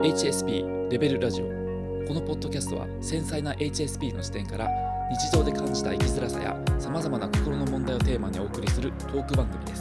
HSP レベルラジオ。このポッドキャストは繊細な HSP の視点から日常で感じた生きづらさやさまざまな心の問題をテーマにお送りするトーク番組です。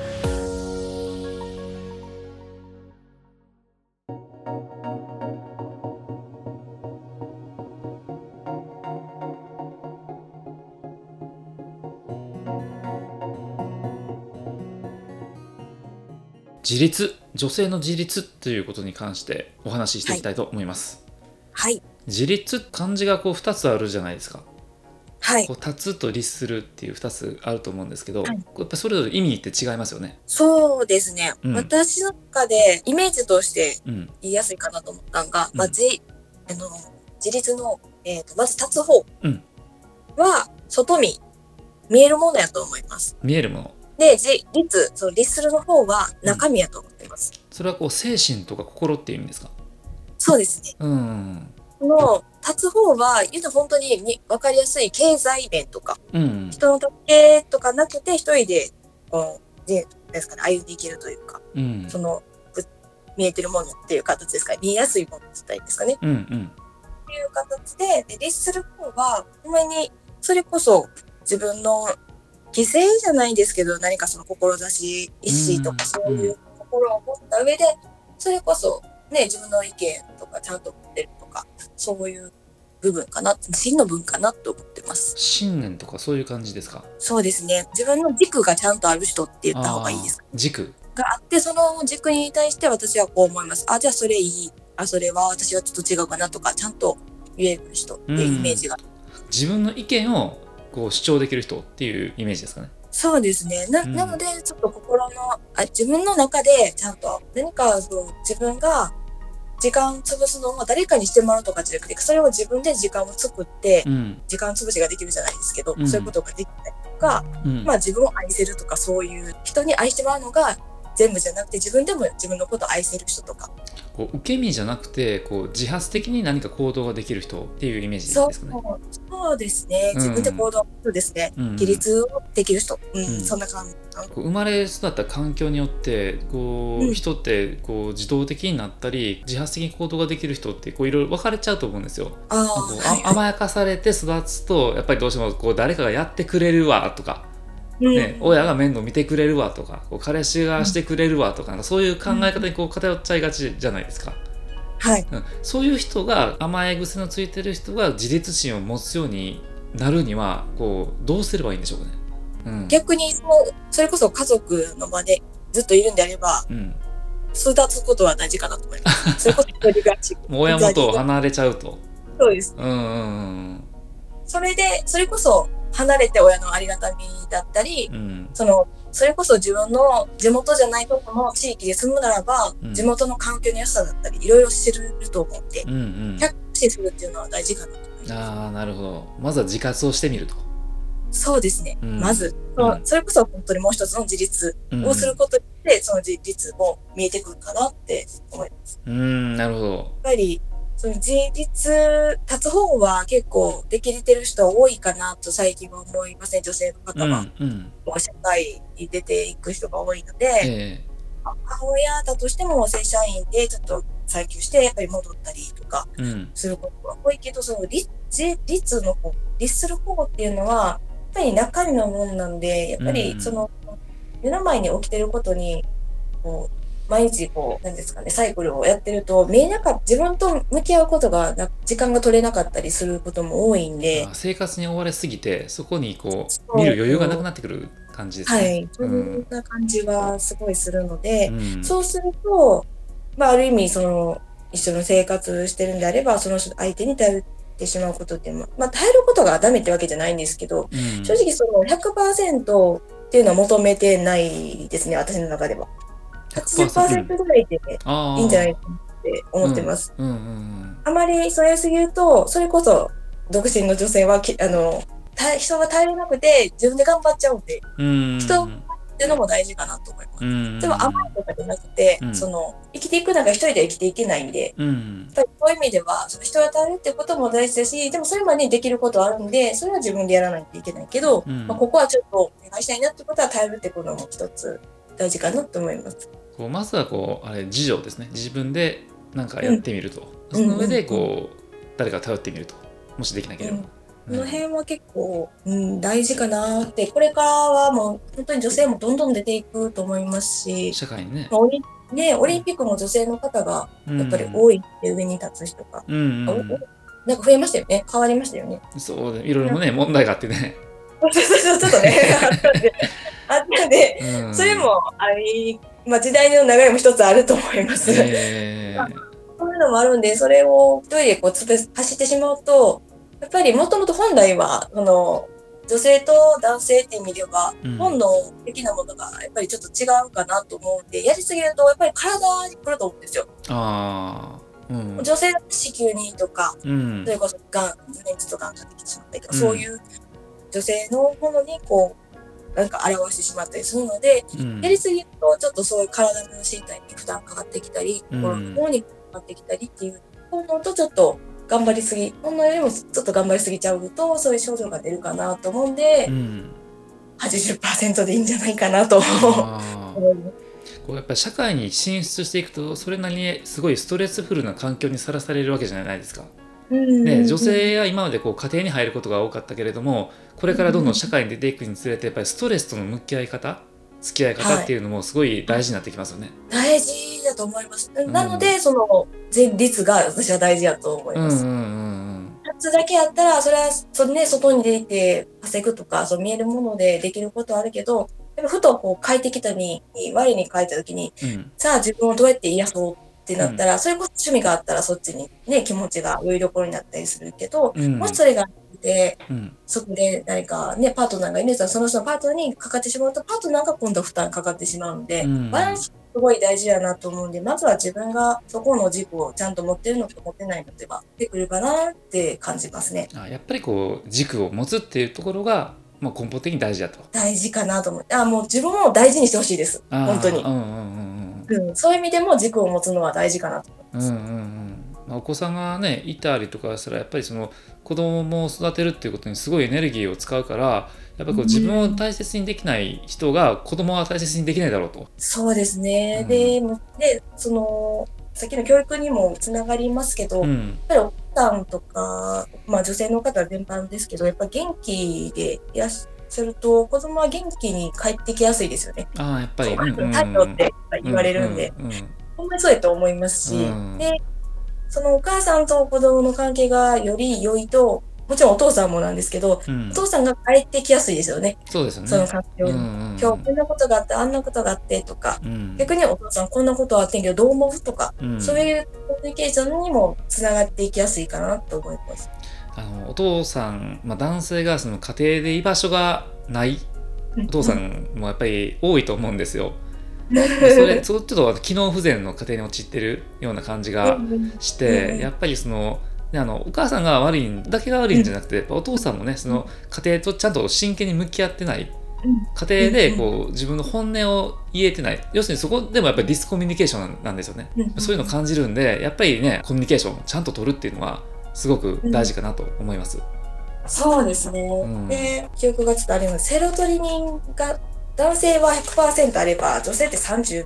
自立、女性の自立ということに関してお話ししていきたいと思います。 はい。 自立、漢字が2つあるじゃないですか。 はい。 立つと律するっていう2つあると思うんですけど、 はい。 やっぱそれぞれ意味って違いますよね。 そうですね。私の中でイメージとして言いやすいかなと思ったのが、自立の、まず立つ方は外見、見えるものやと思います。 見えるもの。 で、律するの方は中身やと思ってます。 それは精神とか心っていう意味ですか？ そうですね。立つ方は、言うと本当に分かりやすい経済面とか、人の助けとかなくて一人で、ですかね、歩んでいけるというか、その、見えてるものっていう形ですかね、見えやすいもの自体ですかね。っていう形で、律する方は、ほんまに、それこそ自分の犠牲じゃないですけど、何かその志、意思とかそういう心を持った上で、それこそね、自分の意見とかちゃんと持ってるとか、そういう部分かな、真の分かなと思ってます。 信念とかそういう感じですか？ そうですね。自分の軸がちゃんとある人って言った方がいいですか？ 軸があって、その軸に対して私はこう思います。あ、じゃあそれいい。あ、それは私はちょっと違うかなとか、ちゃんと言える人っていうイメージが。 自分の意見を主張できる人っていうイメージですかね。 そうですね。なので、ちょっと自分の中でちゃんと何か自分が時間潰すのを誰かにしてもらうとかじゃなくて、それを自分で時間を作って、時間潰しができるじゃないですけど、そういうことができたりとか、自分を愛せるとか、そういう人に愛してもらうのが全部じゃなくて、自分でも自分のことを愛せる人とか。 受け身じゃなくて自発的に何か行動ができる人っていうイメージですかね。 そうですね。自分で行動、そうですね。自立をできる人。そんな感じ。 生まれ育った環境によって人って自動的になったり自発的に行動ができる人っていろいろ分かれちゃうと思うんですよ。甘やかされて育つとやっぱりどうしても誰かがやってくれるわとか、親が面倒見てくれるわとか彼氏がしてくれるわとか、そういう考え方に偏っちゃいがちじゃないですか。そういう人が甘え癖のついてる人が自立心を持つようになるにはどうすればいいんでしょうかね。 逆にそれこそ家族の場でずっといるんであれば、育つことは大事かなと思います。それこそ一人暮らし。 もう親元を離れちゃうと。 そうです。それこそ離れて親のありがたみだったり、それこそ自分の地元じゃないとこの地域で住むならば、地元の環境の良さだったり、いろいろ知ると思って、客視するっていうのは大事かなと思います。 なるほど。まずは自活をしてみると。 そうですね。まず、それこそ本当にもう一つの自立をすることで、その自立も見えてくるかなって思います。 なるほど。 やっぱり、その自立、立つ方は結構できてる人多いかなと最近は思いますね。女性の方は。社会に出ていく人が多いので、母親だとしても正社員でちょっと再起してやっぱり戻ったりとかすることが多いけど、その律する方っていうのは、やっぱり中身のものなんで、やっぱりその目の前に起きてることに毎日何ですかね、サイクルをやってると自分と向き合うことが時間が取れなかったりすることも多いんで、 生活に追われすぎてそこに見る余裕がなくなってくる感じですね。 そんな感じはすごいするので、そうすると、ある意味一緒の生活してるんであれば、その相手に頼ってしまうことっていうのは、頼ることがダメってわけじゃないんですけど、正直100% っていうのは求めてないですね、私の中では。80% ぐらいでいいんじゃないかなって思ってます。あまりそれすぎると、それこそ独身の女性は人が頼れなくて自分で頑張っちゃうんで、人っていうのも大事かなと思います。でも甘いとかじゃなくて、生きていくなんか一人では生きていけないんで、やっぱりそういう意味では人が頼るってことも大事だし、でもそれまでにできることはあるんで、それは自分でやらないといけないけど、ここはちょっとお願いしたいなってことは頼るってことも一つ大事かなと思います。 まずは自助ですね。自分でなんかやってみると、その上でこう誰か頼ってみると、もしできなければ、 この辺は結構、大事かなって、これからはもう本当に女性もどんどん出ていくと思いますし、 社会にね、 オリンピックも女性の方がやっぱり多いって上に立つ人が、なんか増えましたよね。変わりましたよね。 そうで、いろいろね問題があってね。 ちょっとねあったんで、それも時代の流れも一つあると思います。そういうのもあるんで、それを一人でこう走ってしまうと、やっぱりもともと本来は女性と男性っていう意味では、本能的なものがやっぱりちょっと違うかなと思うんで、やりすぎるとやっぱり体にくると思うんですよ。女性だと子宮にとか、それこそがん、胸痛とがんができてしまったりとか、そういう女性のものにこうなんか表してしまったりするので、やりすぎるとちょっとそういう体の身体に負担かかってきたり、心の方にかかってきたりっていう本能とちょっと頑張りすぎ、本能よりもちょっと頑張りすぎちゃうとそういう症状が出るかなと思うんで、80% でいいんじゃないかなと思います。 こうやっぱり社会に進出していくとそれなりにすごいストレスフルな環境にさらされるわけじゃないですか。で女性は今までこう家庭に入ることが多かったけれども、これからどんどん社会に出ていくにつれてやっぱりストレスとの向き合い方、付き合い方っていうのもすごい大事になってきますよね。 大事だと思います。なのでその前率が私は大事だと思います。つだけやったらそれは外に出て稼ぐとか見えるものでできることはあるけど、ふとこう快適たに我に返った時に、さあ自分をどうやって癒そうってなったら、それこそ趣味があったらそっちにね気持ちがよりどころになったりするけど、もしそれがなくて、そこで誰かねパートナーがいるとその人のパートナーにかかってしまうとパートナーが今度負担かかってしまうので、バランスすごい大事やなと思うんで、まずは自分がそこの軸をちゃんと持ってるのと持ってないのでは出てくるかなって感じますね。 やっぱりこう軸を持つっていうところが根本的に大事だと。 大事かなと思って、もう自分を大事にしてほしいです。本当に。そういう意味でも軸を持つのは大事かなと思います。 お子さんがねいたりとかしたらやっぱりその子供を育てるっていうことにすごいエネルギーを使うから、やっぱりこう自分を大切にできない人が子供は大切にできないだろうと。 そうですね。でそのさっきの教育にもつながりますけど、やっぱりお父さんとか、女性の方は全般ですけど、やっぱ元気でいらっしゃると子供は元気に帰ってきやすいですよね。 やっぱり太陽って言われるんで、ほんまにそうやと思いますし、でそのお母さんと子供の関係がより良いと、もちろんお父さんもなんですけど、お父さんが帰ってきやすいですよね。 そうですよね。 その環境に。今日こんなことがあって、あんなことがあってとか、逆にお父さんこんなことあってんけどどう思うとか、そういうコミュニケーションにもつながっていきやすいかなと思います。 お父さん、男性がその家庭で居場所がないお父さんもやっぱり多いと思うんですよ。ちょっと機能不全の家庭に陥ってるような感じがして、やっぱりそのお母さんが悪いだけが悪いんじゃなくて、お父さんもねその家庭とちゃんと真剣に向き合ってない家庭でこう自分の本音を言えてない、要するにそこでもやっぱりディスコミュニケーションなんですよね。そういうのを感じるんで、やっぱりねコミュニケーションをちゃんと取るっていうのはすごく大事かなと思います。 そうですね。で記憶がちょっとあるので、セロトニンが男性は 100% あれば女性って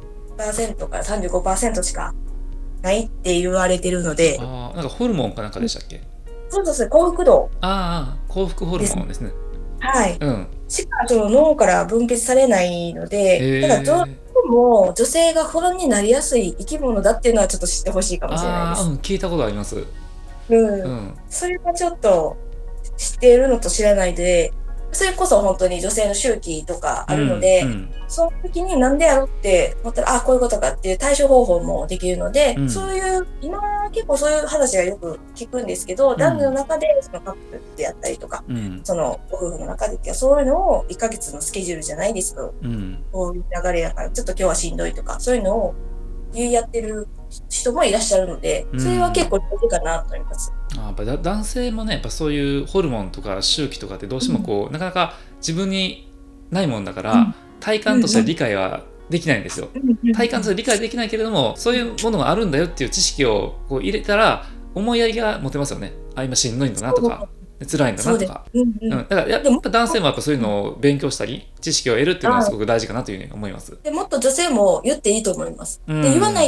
30% から 35% しかないって言われてるので、 なんかホルモンかなんかでしたっけ？ そうですね、幸福度。 幸福ホルモンですね。 はい。しかその脳から分泌されないので、だからどうしても女性が不安になりやすい生き物だっていうのはちょっと知ってほしいかもしれないです。 聞いたことあります。 それはちょっと知っているのと知らないで、それこそ本当に女性の周期とかあるので、その時になんでやろって思ったら、こういうことかっていう対処方法もできるので、そういう今結構そういう話がよく聞くんですけど、男女の中でそのカップルであったりとか、そのご夫婦の中でそういうのを1ヶ月のスケジュールじゃないですけど、こういう流れやからちょっと今日はしんどいとか、そういうのを言いやってる人もいらっしゃるので、それは結構大事かなと思います。 やっぱ男性もねやっぱそういうホルモンとか周期とかってどうしてもこう、なかなか自分にないもんだから、体感としては理解はできないんですよ。体感としては理解できないけれども、そういうものがあるんだよっていう知識をこう入れたら思いやりが持てますよね。今しんどいんだなとか辛いんだなとか。だからやっぱ男性もやっぱそういうのを勉強したり知識を得るっていうのはすごく大事かなというふうに思います。 でもっと女性も言っていいと思います。で言わないと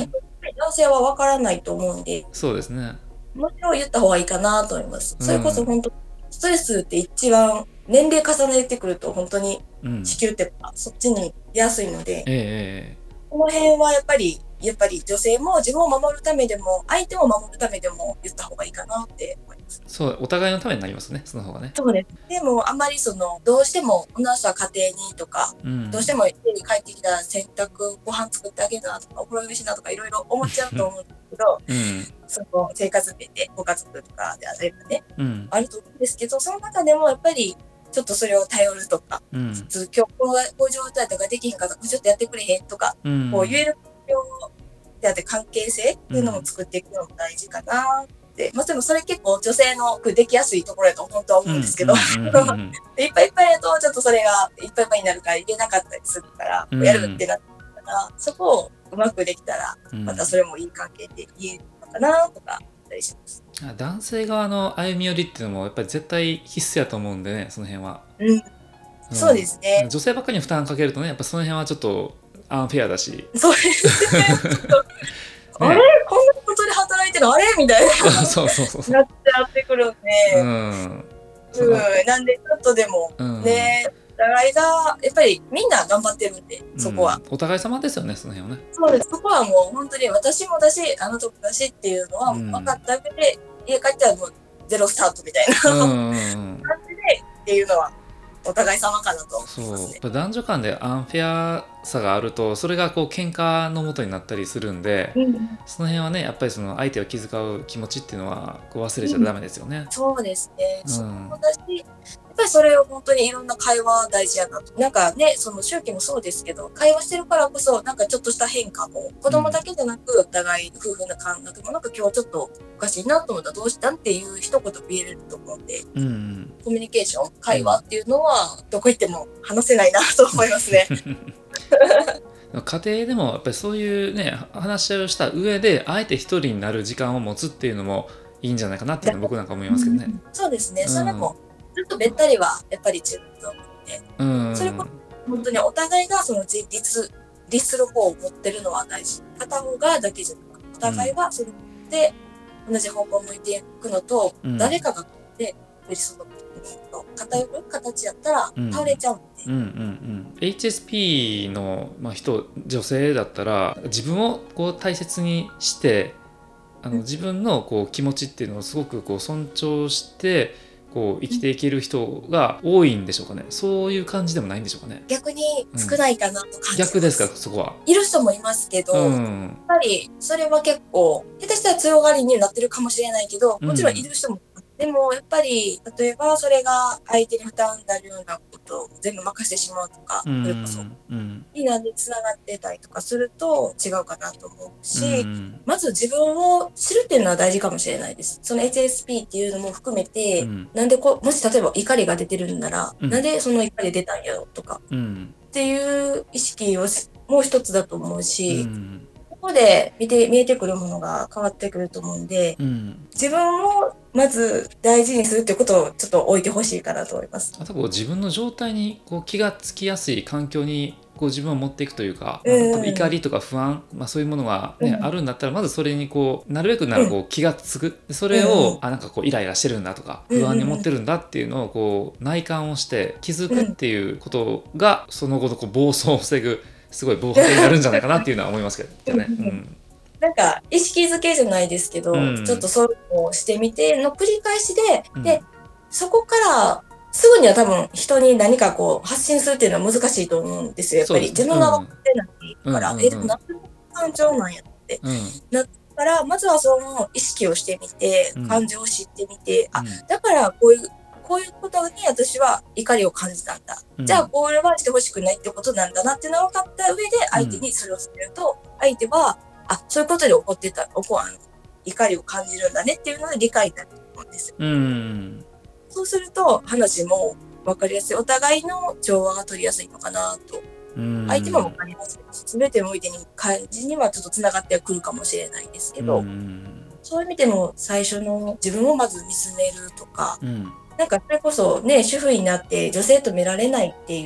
男性は分からないと思うんで、 そうですね。 もちろん言った方がいいかなと思います。それこそ本当、ストレスって一番年齢重ねてくると本当に子宮ってそっちに出やすいので、この辺はやっぱり女性も自分を守るためでも相手を守るためでも言った方がいいかなって思います。 そう、お互いのためになりますね、その方がね。 そうです。でもあんまりどうしても女の人は家庭にとか、どうしても家に帰ってきたら洗濯ご飯作ってあげるなとかお風呂用しなとかいろいろ思っちゃうと思うんですけど、生活面でご家族とかであればね、あると思うんですけど、その中でもやっぱりちょっとそれを頼るとか、今日こういう状態とかできひんかったらちょっとやってくれへんとか、こう言えるであって関係性っていうのも作っていくのも大事かなって。でもそれ結構女性のできやすいところだと本当は思うんですけど、いっぱいいっぱいやとちょっとそれがいっぱいいっぱいになるから言えなかったりするから、やるってなったら、そこをうまくできたら、またそれもいい関係で言えるのかなとか思ったりします。 男性側の歩み寄りっていうのもやっぱり絶対必須やと思うんでね、その辺は。 そうですね。 女性ばっかりに負担かけるとね、やっぱその辺はちょっとアンフェアだし。 そうですね。あれこんなことで働いてるあれみたいなそうそうそうなっちゃってくるんで、なんでちょっとでもね、お互いがやっぱりみんな頑張ってるんで、そこはお互い様ですよね、その辺はね。 そうです。そこはもう本当に私もだしあの時だしっていうのは分かった上で、家帰ったらもうゼロスタートみたいな感じでっていうのはお互い様かなと思いますね。 そう、男女間でアンフェアさがあるとそれがこう喧嘩のもとになったりするんで、その辺はねやっぱりその相手を気遣う気持ちっていうのはこう忘れちゃダメですよね。 そうですね。そうだし、やっぱりそれを本当にいろんな会話大事やなと。なんかね、その周期もそうですけど、会話してるからこそ、なんかちょっとした変化も、子供だけじゃなく、お互い夫婦の感覚も、なんか今日ちょっとおかしいなと思ったらどうしたんっていう一言言えると思うんで、コミュニケーション、会話っていうのは、どこ行っても話せないなと思いますね。 家庭でもやっぱりそういうね話し合いをした上であえて一人になる時間を持つっていうのもいいんじゃないかなっていうのは僕なんか思いますけどね。 そうですね。それもずっとべったりはやっぱり違うと思って、それも本当にお互いがその自立する方を持ってるのは大事。片方がだけじゃなくお互いはそれで同じ方向を向いていくのと、誰かがでその偏る形やったら倒れちゃうんで、 HSP の、女性だったら自分をこう大切にして自分のこう気持ちっていうのをすごくこう尊重してこう生きていける人が多いんでしょうかね。そういう感じでもないんでしょうかね。 逆に少ないかなと感じます。 逆ですか、そこは。 いる人もいますけど、やっぱりそれは結構下手したら強がりになってるかもしれないけど、もちろんいる人もでもやっぱり例えばそれが相手に負担になるようなことを全部任せてしまうとか、それこそリーダーにつながってたりとかすると違うかなと思うし、まず自分を知るっていうのは大事かもしれないです。その HSP っていうのも含めて、なんでもし例えば怒りが出てるんなら、なんでその怒り出たんやろとか、っていう意識をもう一つだと思うし、ここで見えてくるものが変わってくると思うんで、自分をまず大事にするっていうことをちょっと置いてほしいかなと思います。 あとこう自分の状態にこう気がつきやすい環境にこう自分を持っていくというか、怒りとか不安、そういうものが、あるんだったらまずそれにこうなるべくならこう気がつく、それを、なんかこうイライラしてるんだとか不安に思ってるんだっていうのをこう内観をして気づくっていうことが、その後のこう暴走を防ぐすごい防波堤になるんじゃないかなっていうのは思いますけどね。 なんか意識づけじゃないですけど、ちょっとそういうのをしてみての繰り返しで、そこからすぐには多分人に何かこう発信するっていうのは難しいと思うんですよ。やっぱり自分が分かってないから、でも何の感情なんやってなったからまずはその意識をしてみて、感情を知ってみて、だからこういうことに私は怒りを感じたんだ。じゃあこれはしてほしくないってことなんだなっていうのが分かった上で相手にそれを伝えると、相手はそういうことで怒りを感じるんだねっていうので理解になると思うんですよ。そうすると話も分かりやすい。お互いの調和が取りやすいのかなと。相手も分かりますけど、全て向いてに感じにはちょっとつながってくるかもしれないですけど、そういう意味でも最初の自分をまず見つめるとか、なんかそれこそね、主婦になって女性と見られないっていう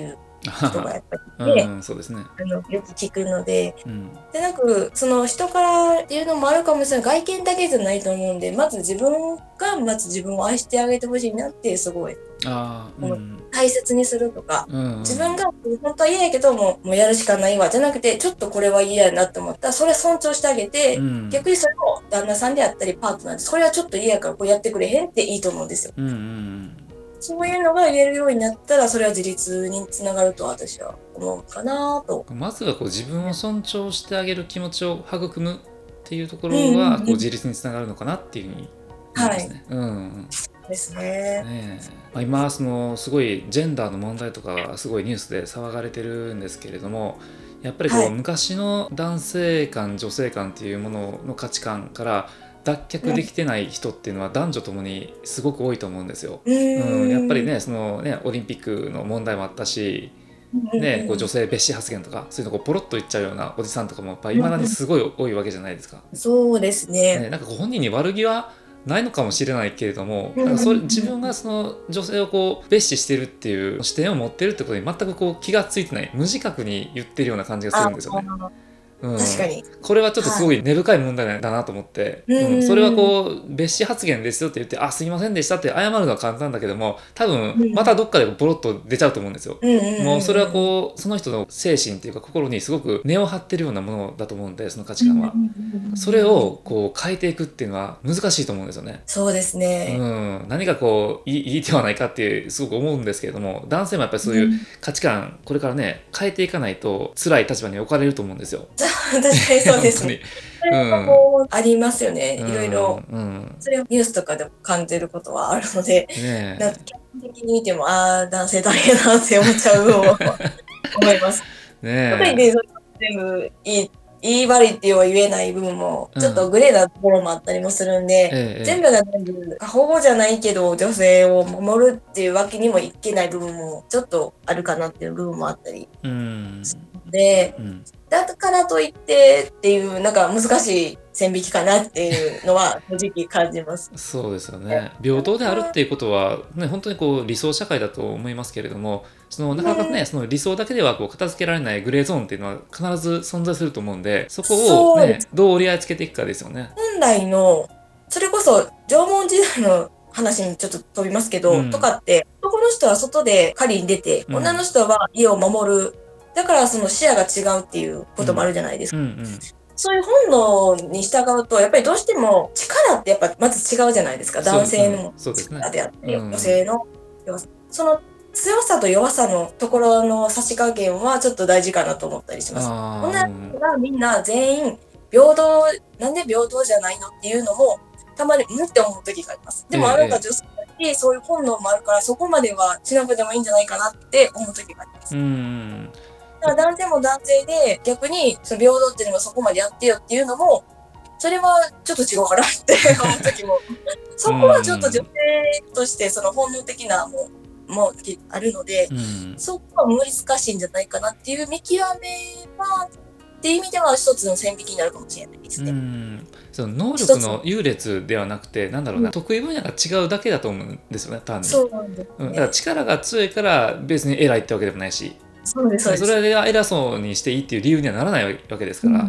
人がやっぱりいて、 そうですね。 よく聞くので、 うん、 でなくその人からっていうのもあるかもしれない、外見だけじゃないと思うんで、まず自分がまず自分を愛してあげてほしいなってすごい大切にするとか、自分が本当は嫌やけどもうやるしかないわじゃなくて、ちょっとこれは嫌やなって思ったらそれ尊重してあげて、逆にそれを旦那さんであったりパートナーでそれはちょっと嫌やからこうやってくれへんっていいと思うんですよ。そういうのが言えるようになったらそれは自立につながると私は思うかなと。 まずはこう自分を尊重してあげる気持ちを育むっていうところがこう自立につながるのかなっていうふうに思いますね。 ですね。 今そのすごいジェンダーの問題とかがすごいニュースで騒がれてるんですけれども、やっぱりこう昔の男性観女性観っていうものの価値観から脱却できてない人っていうのは男女ともにすごく多いと思うんですよ。やっぱりねそのねオリンピックの問題もあったし、ね、こう女性蔑視発言とかそういうのをポロッと言っちゃうようなおじさんとかもやっぱいまだにすごい多いわけじゃないですか。 そうですね。 なんか本人に悪気はないのかもしれないけれども、なんかそれ自分がその女性をこう蔑視してるっていう視点を持ってるってことに全くこう気がついてない、無自覚に言ってるような感じがするんですよね。 確かにこれはちょっとすごい根深い問題だなと思って、それはこう蔑視発言ですよって言って「あすいませんでした」って謝るのは簡単だけども、多分またどっかでボロッと出ちゃうと思うんですよ。もうそれはこうその人の精神っていうか心にすごく根を張ってるようなものだと思うんで、その価値観はそれをこう変えていくっていうのは難しいと思うんですよね。 そうですね。 何かこういい手はないかってすごく思うんですけれども、男性もやっぱりそういう価値観これからね変えていかないと辛い立場に置かれると思うんですよ。 確かにそうですね。それはこうありますよね。いろいろ、それをニュースとかでも感じることはあるので、なんか客観的に見ても男性大変だなって思っちゃうのを思います。やっぱりね、全部言い悪いっては言えない部分もちょっとグレーなところもあったりもするんで、全部が全部過保護じゃないけど女性を守るっていうわけにもいけない部分もちょっとあるかなっていう部分もあったりするので、だからといってっていうなんか難しい線引きかなっていうのは正直感じます。 そうですよね。平等であるっていうことは、ね、本当にこう理想社会だと思いますけれども、そのなかなかね、その理想だけではこう片付けられないグレーゾーンっていうのは必ず存在すると思うんで、そこをね、どう折り合いつけていくかですよね。 本来のそれこそ縄文時代の話にちょっと飛びますけど、とかって男の人は外で狩りに出て、女の人は家を守る。だからその視野が違うっていうこともあるじゃないですか。そういう本能に従うと、やっぱりどうしても力ってやっぱまず違うじゃないですか。男性の力であったり、女性の弱さ。その強さと弱さのところの差し加減はちょっと大事かなと思ったりします。女の人がみんな全員平等、なんで平等じゃないのっていうのも、たまにって思う時があります。でもあなた女性だし、そういう本能もあるから、そこまではしなくてもいいんじゃないかなって思う時があります。だから男性も男性で逆にその平等っていうのがそこまでやってよっていうのもそれはちょっと違うかなって思う時もそこはちょっと女性としてその本能的なもあるので、そこは難しいんじゃないかなっていう見極めはっていう意味では一つの線引きになるかもしれないですね。 その能力の優劣ではなくて、なんだろうな、得意分野が違うだけだと思うんですよね、単に。 そうなんですね。 だから力が強いから別に偉いってわけでもないし。それが偉そうにしていいっていう理由にはならないわけですから、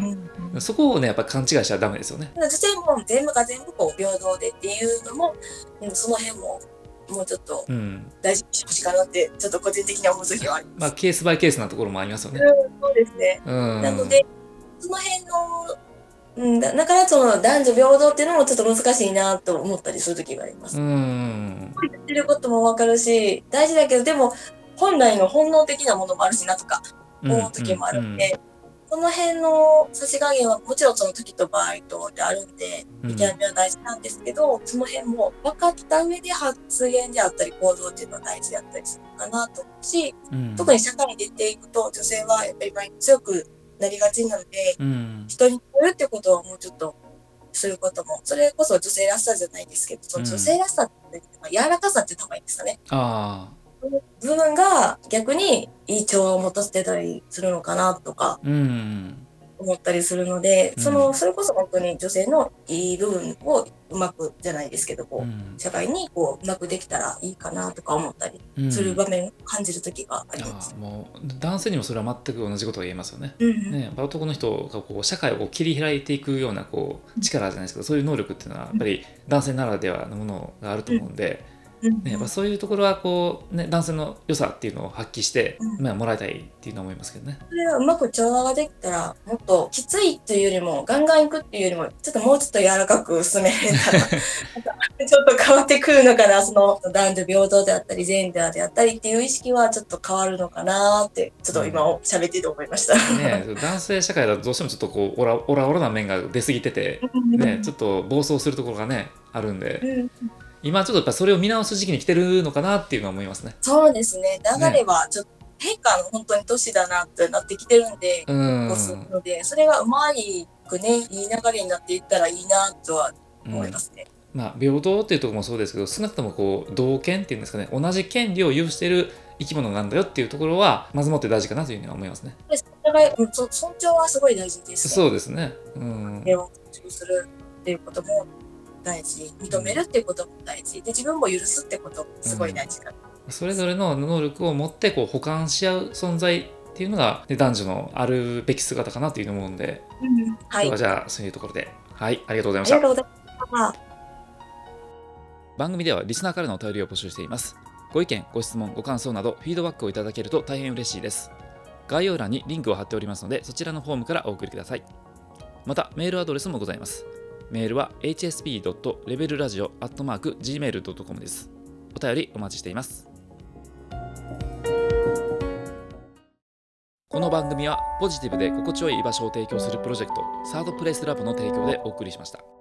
そこをねやっぱ勘違いしちゃダメですよね。 女性も全部が全部こう平等でっていうのも、その辺ももうちょっと大事にしてほしいかなってちょっと個人的には思う時はあります。 ケースバイケースなところもありますよね。 そうですね。なのでその辺の、だからその男女平等っていうのもちょっと難しいなと思ったりする時があります。言ってることも分かるし大事だけど、でも本来の本能的なものもあるしなとか思う時もあるんで、その辺の差し加減はもちろんその時と場合とであるんで見極めは大事なんですけど、その辺も分かった上で発言であったり行動っていうのは大事だったりするかなと思うし、特に社会に出ていくと女性はやっぱり強くなりがちなので、人によるってことはもうちょっとすることも、それこそ女性らしさじゃないですけど、その女性らしさって柔らかさって言った方がいいんですかね。部分が逆にいい調和を持たせてたりするのかなとか、 思ったりするので、それこそ本当に女性のいい部分をうまくじゃないですけど、社会にうまくできたらいいかなとか思ったりする場面を感じる時があります。 もう男性にもそれは全く同じことが言えますよね。ね、男の人が社会を切り開いていくような力じゃないですけど、そういう能力っていうのはやっぱり男性ならではのものがあると思うんで、やっぱそういうところは男性の良さっていうのを発揮してもらいたいっていうのは思いますけどね。 それはうまく調和ができたら、もっときついっていうよりもガンガンいくっていうよりもちょっともうちょっと柔らかく進めれたらちょっと変わってくるのかな。その男女平等であったりジェンダーであったりっていう意識はちょっと変わるのかなってちょっと今喋ってて思いました。 男性社会だとどうしてもちょっとオラオラな面が出過ぎてて、ちょっと暴走するところがねあるんで。今ちょっとやっぱそれを見直す時期に来てるのかなっていうのは思いますね。 そうですね。流れはちょっと変化の本当に年だなってなってきてるんで、ので、それがうまいくね、いい流れになっていったらいいなとは思いますね。 平等っていうところもそうですけど、少なくとも同権っていうんですかね、同じ権利を有している生き物なんだよっていうところはまずもって大事かなというふうには思いますね。 お互い、尊重はすごい大事ですね。 そうですね。 尊重するっていうことも大事、認めるっていうことも大事で、自分も許すってこともすごい大事かな。 それぞれの能力を持って補完し合う存在っていうのが、男女のあるべき姿かなという思うんで、今日はじゃあそういうところで、はい、ありがとうございました。ありがとうございました。番組ではリスナーからのお便りを募集しています。ご意見、ご質問、ご感想などフィードバックをいただけると大変嬉しいです。概要欄にリンクを貼っておりますので、そちらのフォームからお送りください。またメールアドレスもございます。メールは hsp.rebelradio@gmail.com です。お便りお待ちしています。この番組はポジティブで心地よい居場所を提供するプロジェクトサードプレイスラボの提供でお送りしました。